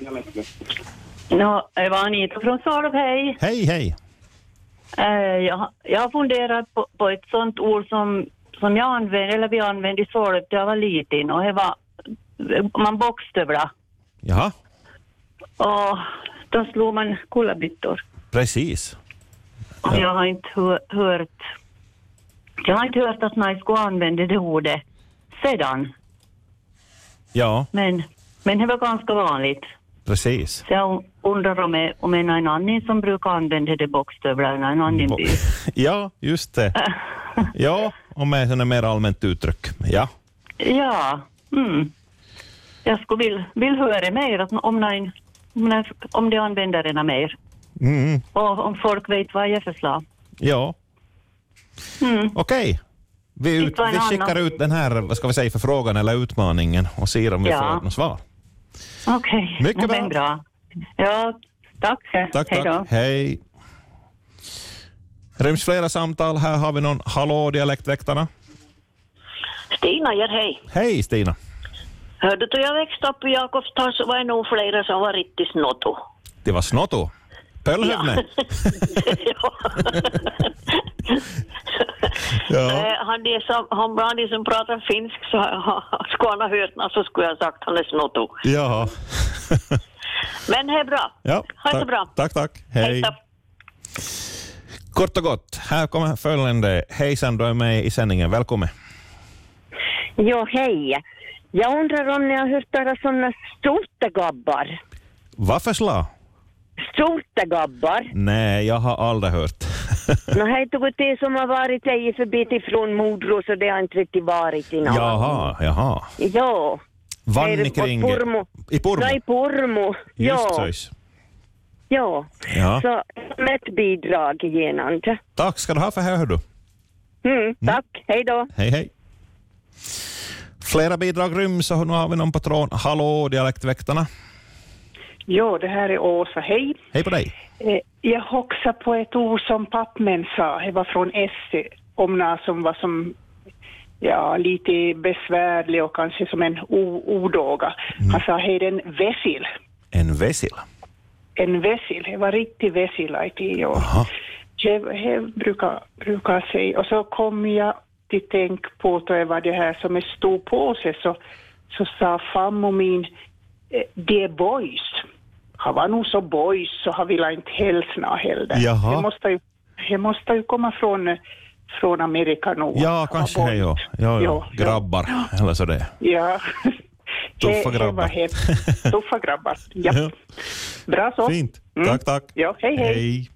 S18: No, det var Anita från Svalöv, hej.
S1: Hej, hej.
S18: Uh, jag, jag har funderat på, på ett sånt ord som, som jag använde, eller vi använde i Svalöv när jag var liten, och det var man bokstövla.
S1: Jaha.
S18: Och då slog man kullerbyttor.
S1: Precis.
S18: Och jag har inte hör, hört jag har inte hört att man skulle använda det ordet sedan.
S1: Ja.
S18: Men, men det var ganska vanligt.
S1: Precis.
S18: Så jag undrar om det om en annan som brukar använda det bokstövlarna, en annan by.
S1: Ja, just det. Ja, och med sådana mer allmänt uttryck. Ja.
S18: Ja, mm. Jag skulle vill, vill höra mer att om, nej, om, om de använder den mer.
S1: Mm.
S18: Och om folk vet vad jag förslag.
S1: Ja.
S18: Mm.
S1: Okej. Okay. Vi, ut, vi skickar annan. ut den här, vad ska vi säga, för frågan eller utmaningen och ser om vi ja. får något svar.
S18: Okej. Okay.
S1: Mycket bra.
S18: bra. Ja, tack.
S1: Tack,
S18: Hej
S1: tack. Hej. Ryms flera samtal. Här har vi någon. Hallå, Dialektväktarna.
S19: Stina, ja, hej.
S1: Hej, Stina.
S19: Hörde du, jag växte upp i Jakobstad så var det nog flera som var riktigt snotto.
S1: Det var snotto? Pöllhövne?
S19: Ja. ja. Han, är som, han bland de som pratar finsk så skulle han ha hört något så skulle jag sagt han är snotto.
S1: Ja.
S19: Men det är bra.
S1: Ja,
S19: ha det så bra.
S1: Tack, tack. Hej. Hej. Kort och gott, här kommer följande. Hejsan, du är med i sändningen. Välkommen.
S20: Ja, hej. Jag undrar om ni har hört talas om stortegabbar.
S1: Vad för slag?
S20: Stortegabbar?
S1: Nej, jag har aldrig hört.
S20: Nå, här tog det som har varit ej förbi från Modro så det har inte riktigt varit i någon.
S1: Jaha, jaha.
S20: Ja.
S1: Vann kring...
S20: Pormo.
S1: I Pormo?
S20: Nej, Pormo.
S1: Just
S20: ja.
S1: så.
S20: Ja.
S1: Ja.
S20: Så med ett bidrag genant.
S1: Tack ska du ha för här, hör du.
S20: Mm, tack. Mm. Hej då.
S1: Hej, hej. Flera bidrag ryms och nu har vi någon på tråden. Hallå, Dialektväktarna.
S21: Ja, det här är Åsa. Hej.
S1: Hej på dig.
S21: Eh, jag hoxar på ett ord som pappmän sa. Det var från S om något som var som ja, lite besvärlig och kanske som en odåga. Mm. Han sa, hej, en väsil.
S1: En väsil?
S21: En väsil. Det var riktigt väsil i tio år. Det brukar, brukar säga. Och så kom jag till tänk på att det var det här som är stor på sig. Så, så sa farmor min, eh, det är boys. Han var nog så boys så han ville inte hälsna heller.
S1: Jaha.
S21: Det måste ju, det måste ju komma från, från Amerika nog.
S1: Ja, kanske det, ja. Ja, ja. Grabbar, ja. Eller så det.
S21: Ja.
S1: Tuffa grabbar.
S21: Tuffa grabbar, ja. Ja. Bra så.
S1: Fint. Mm. Tack, tack.
S21: Ja, hej, hej.
S1: Hej.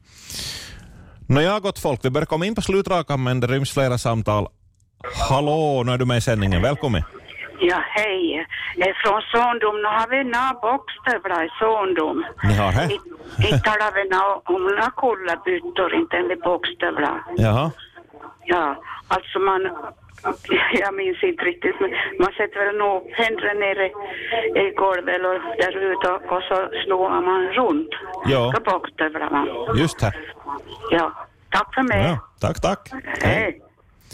S1: Nå, jag har gått folk. Vi börjar komma in på slutrakan, men det ryms flera samtal. Hallå, nu är du med i sändningen. Välkommen.
S22: Ja, hej. Från Sondom. Nu har vi några bokstövlar i Sondom.
S1: Ni har här?
S22: Inte talar vi om några kullerbyttor, inte enligt bokstövlar.
S1: Jaha.
S22: Ja, alltså man... Jag minns inte riktigt, men man sätter väl nog händerna nere i golvet eller där ute och så slår man runt.
S1: Ja.
S22: Bokstövlarna.
S1: Just här.
S22: Ja, tack för mig.
S1: Ja, tack, tack.
S22: Hej.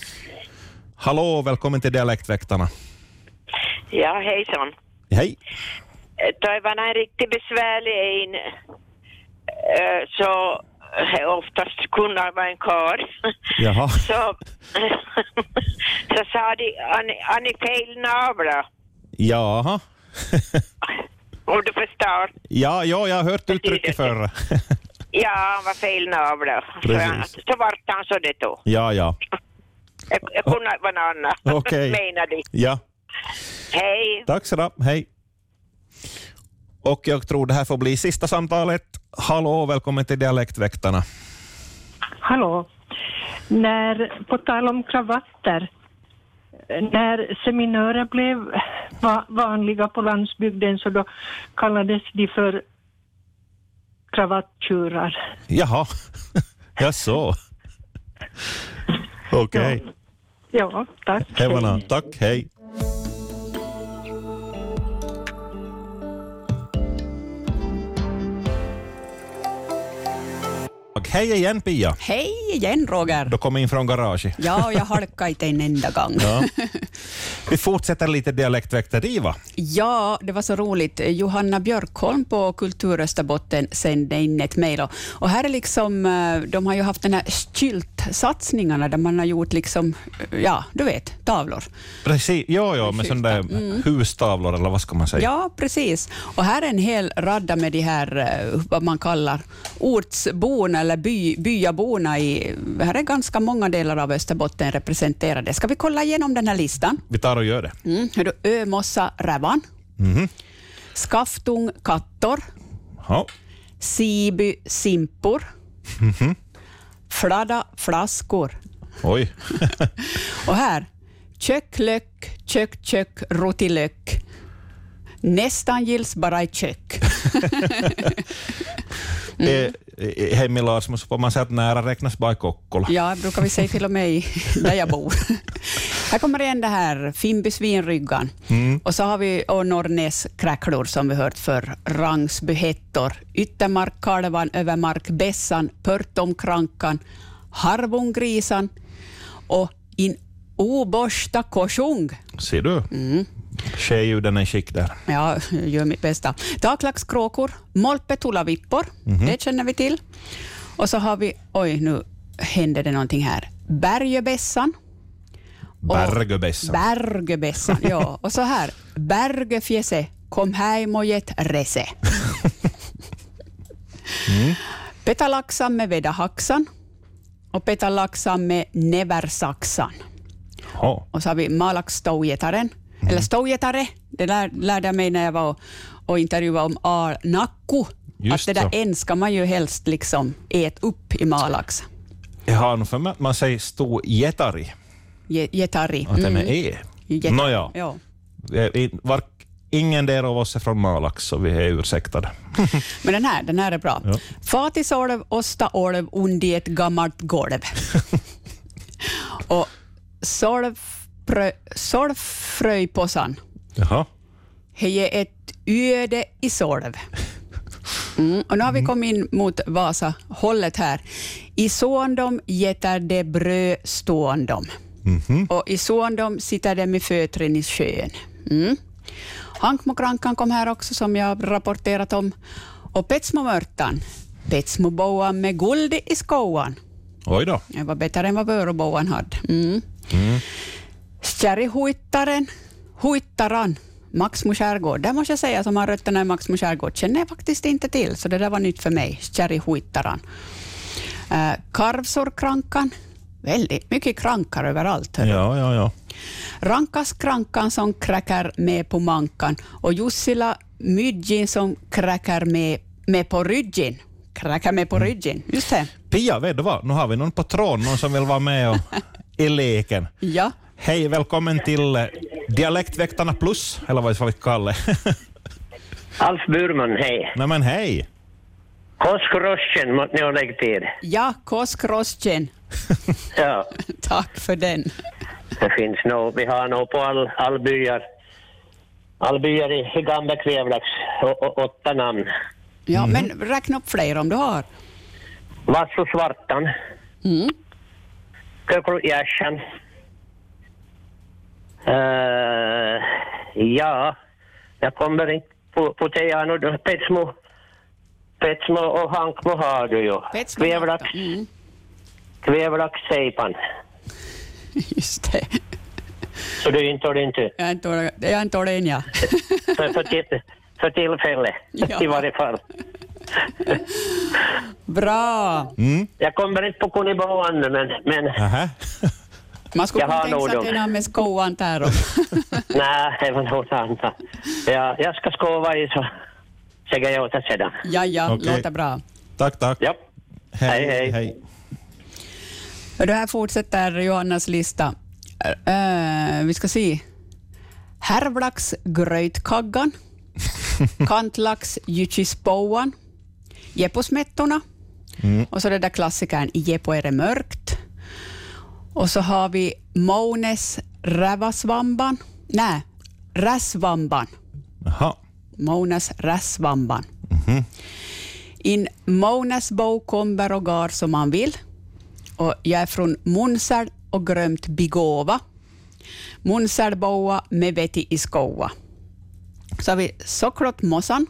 S1: Hallå, välkommen till Dialektväktarna.
S23: Ja, hejsan.
S1: Hej.
S23: Det var en riktigt besvärlig en eh, så eh, oftast kunde vara en karl.
S1: Jaha.
S23: Så, så sa de, han är fel navla.
S1: Jaha.
S23: Och du förstår.
S1: Ja, ja, jag har hört uttrycket förr.
S23: Ja, han var fel navla. Så, så vart han så det då.
S1: Ja, ja.
S23: Jag, jag kunde vara någon annan.
S1: Okej.
S23: Menar de.
S1: Ja.
S23: Hej.
S1: Tack så du. Hej. Och jag tror det här får bli sista samtalet. Hallå, välkommen till Dialektväktarna.
S2: Hallå. När, på tal om kravatter, när seminörer blev va, vanliga på landsbygden så då kallades de för kravattjurar.
S1: Jaha, jag så. Okej. Okay.
S2: Ja, tack.
S1: Hej. Tack, hej. Hej igen, Pia.
S3: Hej igen, Roger.
S1: Du kom in från garaget.
S3: Ja, jag halkade inte en enda gång.
S1: Ja. Vi fortsätter lite dialektväkteri, va?
S3: Ja, det var så roligt. Johanna Björkholm på Kultur Österbotten sände in ett mejl. Och här är liksom, de har ju haft den här skyltsatsningarna där man har gjort liksom, ja, du vet, tavlor.
S1: Precis, ja, ja, med sådana där
S3: mm.
S1: hustavlor eller vad ska man säga?
S3: Ja, precis. Och här är en hel radda med de här, vad man kallar ortsborna eller by, byaborna i, här är ganska många delar av Österbotten representerade. Ska vi kolla igenom den här listan?
S1: Vi tar och gör det.
S3: Mm. Hör du, Ömossa rävan,
S1: mm.
S3: Skaftung kattor,
S1: ja.
S3: Siby simpor,
S1: mm.
S3: Flada flaskor.
S1: Oj.
S3: Och här, köklök, kök, kök, rotilök. Nästan gills bara i kök.
S1: Mm. Hemmi Lars, får man säga att nära räknas bara i Kokkola.
S3: Ja, brukar vi säga till och med där jag bor. Här kommer igen det här, Fimby svinryggan. Mm. Och så har vi Norrnäs kräcklor som vi hört för Rangsby hettor, Yttermark kalvan, Övermark bessan, Pörtomkrankan, Harvungrisan och in oborsta korsung.
S1: Ser du?
S3: Mm.
S1: Tjejljuden är skick där.
S3: Ja, gör mitt bästa. Taklackskråkor, molpetulavippor, mm-hmm. det känner vi till. Och så har vi, oj nu händer det någonting här, Bergebässan.
S1: Bergebässan.
S3: Bergebässan, ja. Och så här, Bergefjäse, kom hem och get rese. mm. Petalaxan med vedahaxan och petalaxan med neversaxan.
S1: Oh.
S3: Och så har vi malaxstougetaren. Mm. Eller stougetare, det lär, lärde jag mig när jag var och, och intervjuade om arnakku. Just att det där så. En ska man ju helst liksom ät upp i malax.
S1: Jag har nog för mig att man säger stougetari.
S3: Getari.
S1: Att det med e.
S3: Mm.
S1: Nåja.
S3: Ja.
S1: Var, ingen del av oss är från Malax så vi är ursäktade.
S3: Men den här, den här är bra. Ja. Fatisolv, ostaolv, undi ett gammalt golv. Och solv solfröjpåsan.
S1: Jaha.
S3: Det är ett öde i solv. Mm. Och nu har vi kommit in mot Vasa-hållet här. I såndom getar det bröd ståndom. Mm-hmm. Och i såndom sitter det med fötren i sjön. Mm. Hankmokrankan kom här också som jag rapporterat om. Och Petsmomörtan. Petsmoboan med guld i skoan.
S1: Oj då.
S3: Det var bättre än vad Vöroboan hade. Mm.
S1: Mm.
S3: Stjärrihuittaren, huittaran, Maxmo skärgård. Det måste jag säga som har rötterna i Maxmo skärgård. Känner jag faktiskt inte till, så det där var nytt för mig. Stjärrihuittaran. Uh, Karvsorkrankan. Väldigt mycket krankar överallt. Hörru.
S1: Ja, ja, ja.
S3: Rankaskrankan som kräcker med på mankan. Och Jussila Mydjin som kräcker med, med på ryggen. Kräcker med på ryggen, just det.
S1: Pia, vet du vad? Nu har vi någon på tråden, någon som vill vara med och, i leken.
S3: Ja.
S1: Hej, välkommen till eh, Dialektväktarna plus, eller vad vi kallar det.
S4: Alf Burman, hej.
S1: Nej men hej.
S4: Koskrosken måtte ni ha läggt till.
S3: Ja, Koskrosken.
S4: Ja.
S3: Tack för den.
S4: Det finns nog, vi har nog på all, all byar, all byar i, i gamla Kvävlax, åtta namn.
S3: Ja, mm. men räkna upp fler om du har.
S4: Vasso Svartan.
S3: Mm.
S4: Köklo Järsan. Uh, ja, jag kommer inte på, på Tejano, Petsmo, Petsmo och Hankmo har du ju. Kvävlax. Mm. Kvävlaxseipan.
S3: Just det.
S4: Så du inte det inte?
S3: Jag inte jag inte det ja.
S4: för, för, till, för tillfälle, ja. I varje fall.
S3: Bra.
S1: Mm.
S4: Jag kommer inte på kuniboan men... men
S3: man skulle kunna tänka sig att det är med skoan där.
S4: Nej, det var något annat. Ja, jag ska skova i så säger jag åt det sedan.
S3: Ja, ja,
S1: okay.
S3: Låter bra.
S1: Tack, tack.
S4: Ja.
S1: Hej,
S4: hej.
S1: hej.
S3: Och det här fortsätter Johannas lista. Uh, vi ska se. Härvlax grötkaggan. Kantlax jychispoan. Jeposmettorna. Mm. Och så det där klassikern Jepo är det mörkt. Och så har vi Mounes rävasvamban. Nej, räsvamban.
S1: Jaha.
S3: Mounes räsvamban.
S1: Mm-hmm.
S3: In Mounes bo kommer och gar som man vill. Och jag är från Munsel och grömt bigova. Munselboa med veti i skoa. Så har vi sockrot mossan.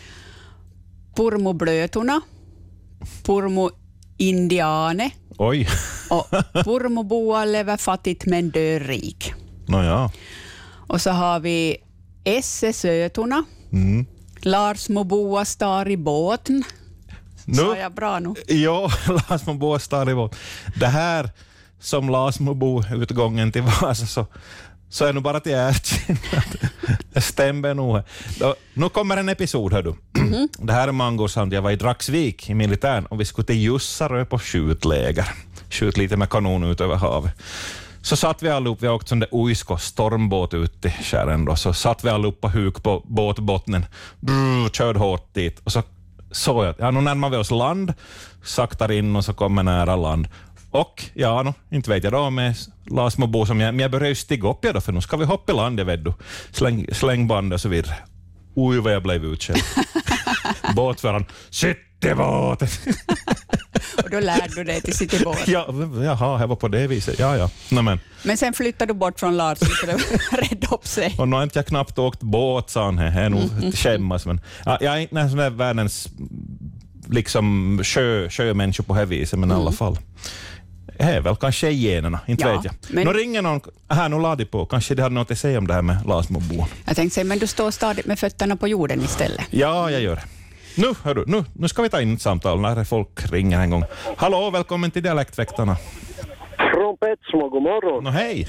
S3: Purmo blötorna. Purmo indiane.
S1: Oj.
S3: Och Purmo boa lever fattigt men dör rik.
S1: Nåja.
S3: Och så har vi Esse sötorna.
S1: Mm.
S3: Lars må boa star i båten.
S1: Nu?
S3: Sa jag bra nu?
S1: Ja, Lars må boa star i båten. Det här som Lars må bo utgången till Vasa så, så är nu bara till erkänna att det stämmer nog. Då, nu kommer en episod, hör du. Mm-hmm. Det här är Mangosand. Jag var i Dragsvik i militären och vi skulle till Jussarö på skjutläger. Skjut lite med kanon ut över havet. Så satt vi allihop, vi åkte som det Uisko stormbåt ut i skären då. Så satt vi allihop på huk på båtbottnen. Brr, körde hårt dit. Och så såg jag att ja, nu närmar vi oss land. Saktar in och så kommer nära land. Och ja, no, inte vet jag då med Lars Mobo som jag, men jag började ju stiga upp jag då, för nu ska vi hoppa i land, jag vet du. Släng, slängbandet och så vidare. Oj, vad jag blev utkänd. Båtföraren, sitt i båten.
S3: Och då lärde du dig till sitt i båten.
S1: Ja, jaha, jag var på det viset. Ja, ja. Nämen.
S3: Men sen flyttade du bort från Lars för att rädda upp sig.
S1: Och nu har inte jag knappt åkt båt, sa han. Jag är nog mm, skämmas. Men, ja, jag är inte en sån där världens liksom sjö, sjömänniska på det viset, men i mm. alla fall. Det är väl kanske i generna, inte ja, vet jag. Men... Nu ringer någon, här nu lade på, kanske det hade något att säga om det här med Lars Mobo.
S3: Jag tänkte säga, men du står stadigt med fötterna på jorden istället.
S1: Ja, jag gör det. Nu, hör du, nu, nu ska vi ta in ett samtal när folk ringer en gång. Hallå, välkommen till Dialektväktarna.
S6: Från Petsmo, god morgon.
S1: Nå, hej.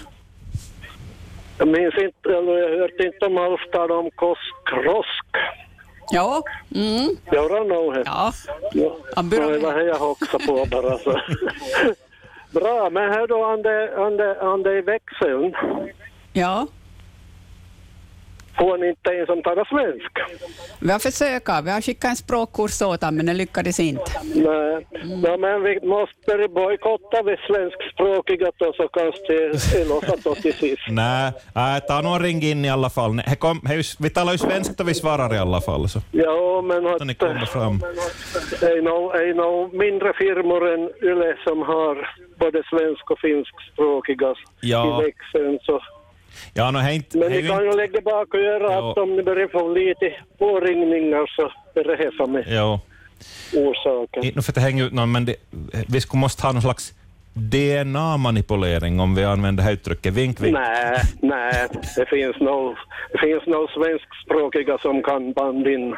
S6: Jag minns inte, eller jag hörde inte om Alf tala om krosk.
S3: Ja. Mm.
S6: Jag rann nog här.
S3: Ja.
S6: Ja. Det var här jag också på bara så. Bra, men här då ande, ande, ande i växeln.
S3: Ja.
S6: Får ni inte en som talar svensk?
S3: Vi har försökt. Vi har skickat en språkkurs åt dem, men det lyckades inte.
S6: Nej, mm. ja, men vi måste bojkotta vi svenskspråkiga då, så kanske det är låtsat då till sist.
S1: Nej, äh, ta någon ring in i alla fall. He kom, he, vi talar ju svenskt och vi svarar i alla fall. Så.
S6: Ja, men att,
S1: ni kommer fram.
S6: Det är nog, är nog mindre firmor än Yle som har både svensk och finskspråkiga
S1: ja.
S6: i växeln, så...
S1: Ja, no, inte,
S6: men ni kan ju lägga bak och göra jo. Att om ni börjar få lite påringningar så är det här med
S1: jo.
S6: orsaken.
S1: Inte för att det hänger ut någon, men det, vi skulle måste ha någon slags D N A-manipulering om vi använder det här uttrycket vink, vink.
S6: Nej, nej, det finns nog det finns nog svenskspråkiga som kan band in.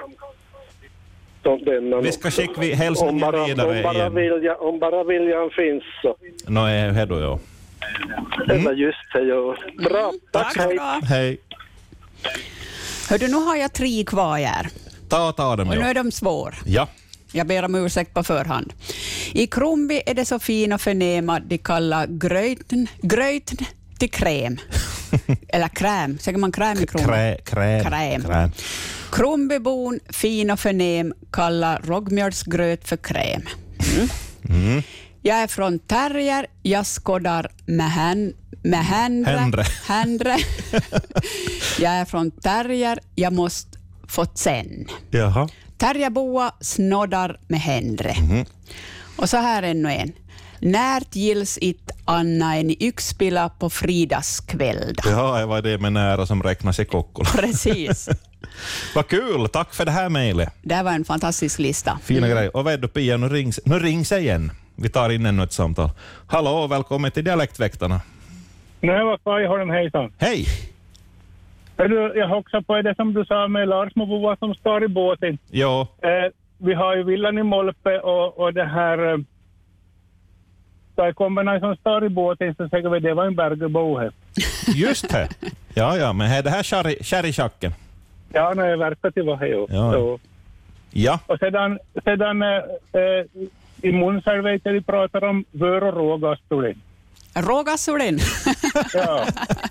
S1: Vi ska skicka hälsningen
S6: om bara,
S1: vidare
S6: om bara
S1: igen.
S6: Vilja, om bara viljan finns så.
S1: Nå, no, är det då, ja.
S6: Mm. Det var just det, ja. Bra, mm, tack, tack hej.
S1: Hej.
S3: Hördu, nu har jag tre kvar här.
S1: Ta, ta dem,
S3: och
S1: ja.
S3: nu är de svår.
S1: Ja.
S3: Jag ber om ursäkt på förhand. I Krumbi är det så fint och förnäma de kallar gröten, gröten till kräm. Eller kräm, säger man kräm i Krumbi?
S1: Krä, kräm.
S3: Kräm.
S1: kräm.
S3: Krumbibon, fin och förnäm, kallar rågmjölksgröt för kräm. Mm. Mm. Jag är från Terrier, jag skådar med, hän, med händre.
S1: Händre.
S3: händre. Jag är från Terrier, jag måste få sen.
S1: Jaha.
S3: Terrierboa snådar med händre.
S1: Mm.
S3: Och så här ännu en. Närt gills it Anna en yxpila på Fridas kväll.
S1: Ja, det var det med nära som räknas i Kokkola.
S3: Precis.
S1: Vad kul, tack för det här mejlet.
S3: Det var en fantastisk lista.
S1: Fina mm. grejer. Och vad upp igen, nu rings, nu rings jag igen. Vi tar in ännu ett samtal. Hallå, välkommen till Dialektväktarna.
S7: Nej, vad fan, jag har en hejsan.
S1: Hej!
S7: Jag hoxar på det som du sa med Larsmo, vad som står i båten.
S1: Ja.
S7: Eh, vi har ju villan i Molpe och, och det här... Eh, där kommer någon som står i båten så säger vi det var en bergebo här.
S1: Just det. Ja, ja, men är det här kärrischacken?
S7: Ja, nej, det verkar till vad det är.
S1: Ja.
S7: Så.
S1: Ja.
S7: Och sedan, sedan eh, i Munsarvete vi pratar om vör och rågassolin.
S3: Rågassolin?
S7: Ja.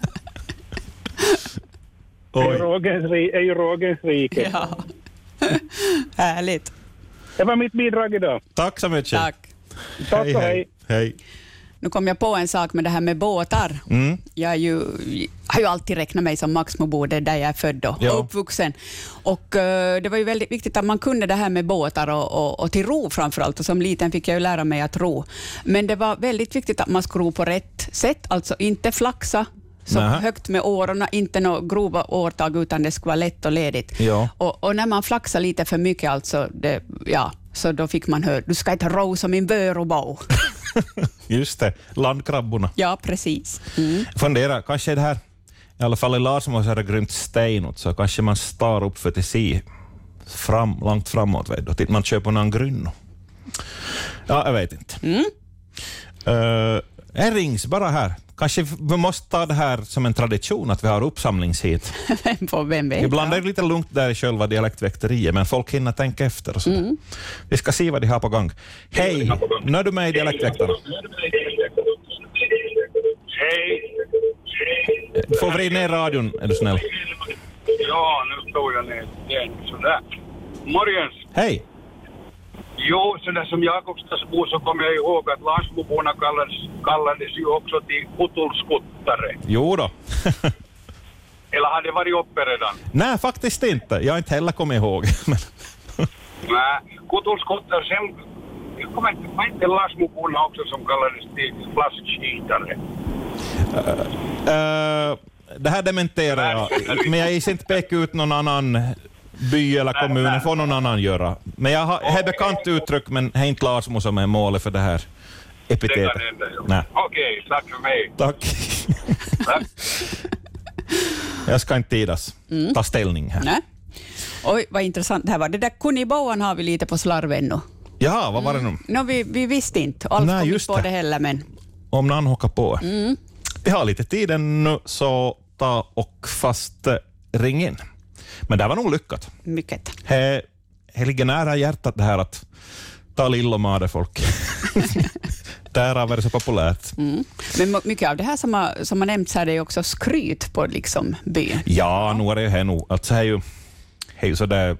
S7: Det är ju rågens rike.
S3: Ja. Härligt.
S7: Det var mitt bidrag idag.
S1: Tack så mycket.
S3: Tack.
S7: Tack och hej.
S1: Hej.
S3: Nu kom jag på en sak med det här med båtar.
S1: Mm.
S3: Jag är ju, har ju alltid räknat mig som Maxmobo, där jag är född och
S1: ja.
S3: uppvuxen. Och uh, det var ju väldigt viktigt att man kunde det här med båtar och, och, och till ro framförallt. Och som liten fick jag ju lära mig att ro. Men det var väldigt viktigt att man skulle ro på rätt sätt. Alltså inte flaxa så Näha. högt med årorna, inte några grova årtag utan det skulle vara lätt och ledigt.
S1: Ja.
S3: Och, och när man flaxar lite för mycket alltså, det, ja, så då fick man höra, du ska inte ro som en vörobau.
S1: Just det, landkrabborna.
S3: Ja, precis. Mm.
S1: Fundera, kanske det här, i alla fall i Larsmo så är det grymt stenot, så kanske man star upp för till sig fram, långt framåt, vet du, till man köper någon grynno. Ja, jag vet inte.
S3: Mm.
S1: Uh, en rings bara här. Kanske vi måste ta det här som en tradition att vi har uppsamlingshit.
S3: Vem får vem vet.
S1: Ibland är det lite lugnt där i själva dialektväkteriet, men folk hinner tänka efter och så. Mm. Vi ska se vad de har på gång. Hej, nu är du med i Dialektväktarna.
S9: Hej.
S1: Du får vrida ner radion, är du snäll.
S9: Ja, nu står jag ner igen. Sådär. Morgens.
S1: Hej.
S9: Jo, sådär som Jakobstadsbo så kommer jag ihåg att Larsmoborna kallades, kallades ju också till kutulskuttare.
S1: Jo då.
S9: Eller har det varit uppe redan?
S1: Nej, faktiskt inte. Jag har inte heller kommit ihåg.
S9: Nej, kutulskuttare, sen jag kommer inte, var inte Larsmoborna också som kallades till flaskskitare?
S1: Uh, uh, det här dementerar jag. Men jag gissar inte peka ut någon annan by eller kommun, får någon annan göra. Men jag har okay. bekant uttryck, men det är inte Larsmo som är målet för det här epitetet.
S9: Okej, okay, tack för mig.
S1: Tack. Jag ska inte tidas mm. ta ställning här.
S3: Nej. Oj, vad intressant det här var. Det där Kuniboan har vi lite på slarven nu.
S1: Ja, vad var det nu?
S3: Mm. No, vi, vi visste inte. Allt kom inte på det. det heller, men...
S1: Om någon hockar på.
S3: Mm.
S1: Vi har lite tid nu, så ta och fast ring in. Men det var nog lyckat.
S3: Mycket.
S1: Det ligger nära hjärtat det här att ta lillomade folk. Där har varit så populärt.
S3: Mm. Men mycket av det här som har, som har nämnts här är också skryt på liksom byn.
S1: Ja, nu är det ju här nog. Alltså, det är ju, det är ju så där,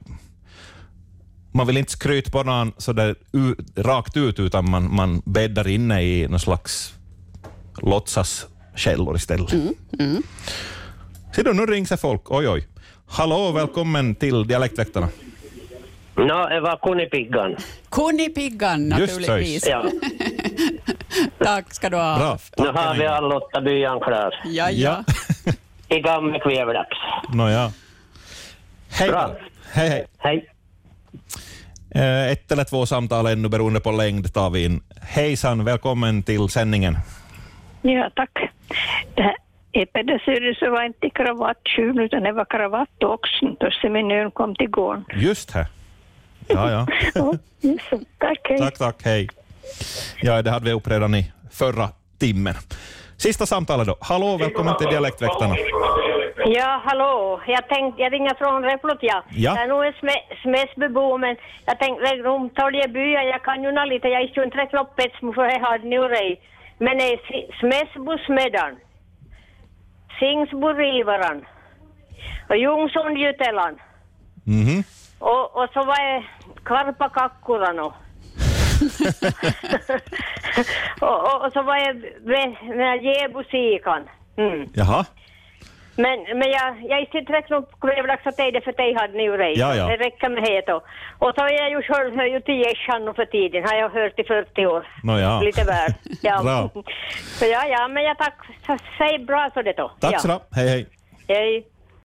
S1: man vill inte skryta på någon så där u, rakt ut, utan man, man bäddar inne i någon slags låtsaskällor istället.
S3: Mm. Mm.
S1: Så då, nu ringer sig folk. Oj, oj. Hallå, välkommen till Dialektväktarna.
S4: No, det var Kunipiggan.
S3: Kunipiggan, naturligtvis.
S4: Ja.
S3: Tack ska du ha.
S1: Bra.
S4: Nu har vi alla åtta byan klar.
S3: Ja, ja.
S4: I gamla kvävlax.
S1: Nåja. Hej.
S4: Bra.
S1: Hej, hej.
S4: Hej.
S1: Eh, ett eller två samtal ännu beroende på längd tar vi in. Hejsan, välkommen till sändningen.
S23: Ja, tack. Det här Epedesyrus var inte kravattjuv utan det var kravatt också. Då seminön kom till gården.
S1: Just det. Ja, ja.
S23: Ja, just det. Tack, hej.
S1: Tack, tack, hej. Ja, det hade vi upp redan i förra timmen. Sista samtalet då. Hallå, välkommen till Dialektväktarna.
S10: Ja, hallå. Jag tänkte, jag ringer från Replotja.
S1: Ja.
S10: Jag är nog en Smäsbybo, men jag tänkte om Toljeby, jag kan ju nå lite. Jag är ju inte rätt loppet för jag har nu rej. Men är Smäsbo Smedan, Singsbo Rivaran och Jungsson Jutelan.
S1: Mhm.
S10: Och, och så var jag Kvarpa Kakkuran och, och, och, och så var jag med Jäbo Sikan. Mm.
S1: Jaha.
S10: Men, men jag, jag är inte räkna upp kvävlax att det för dig hade ni ju rej.
S1: Ja, ja.
S10: Det räcker med het och. Och så är jag ju själv ju till gässan för tiden. Har jag hört i fyrtio år.
S1: Nå ja.
S10: Lite väl. Ja.
S1: Bra.
S10: Så ja, ja, men jag tack. Säg bra så det då.
S1: Tack
S10: ja.
S1: så då. Hej hej.
S10: Hej.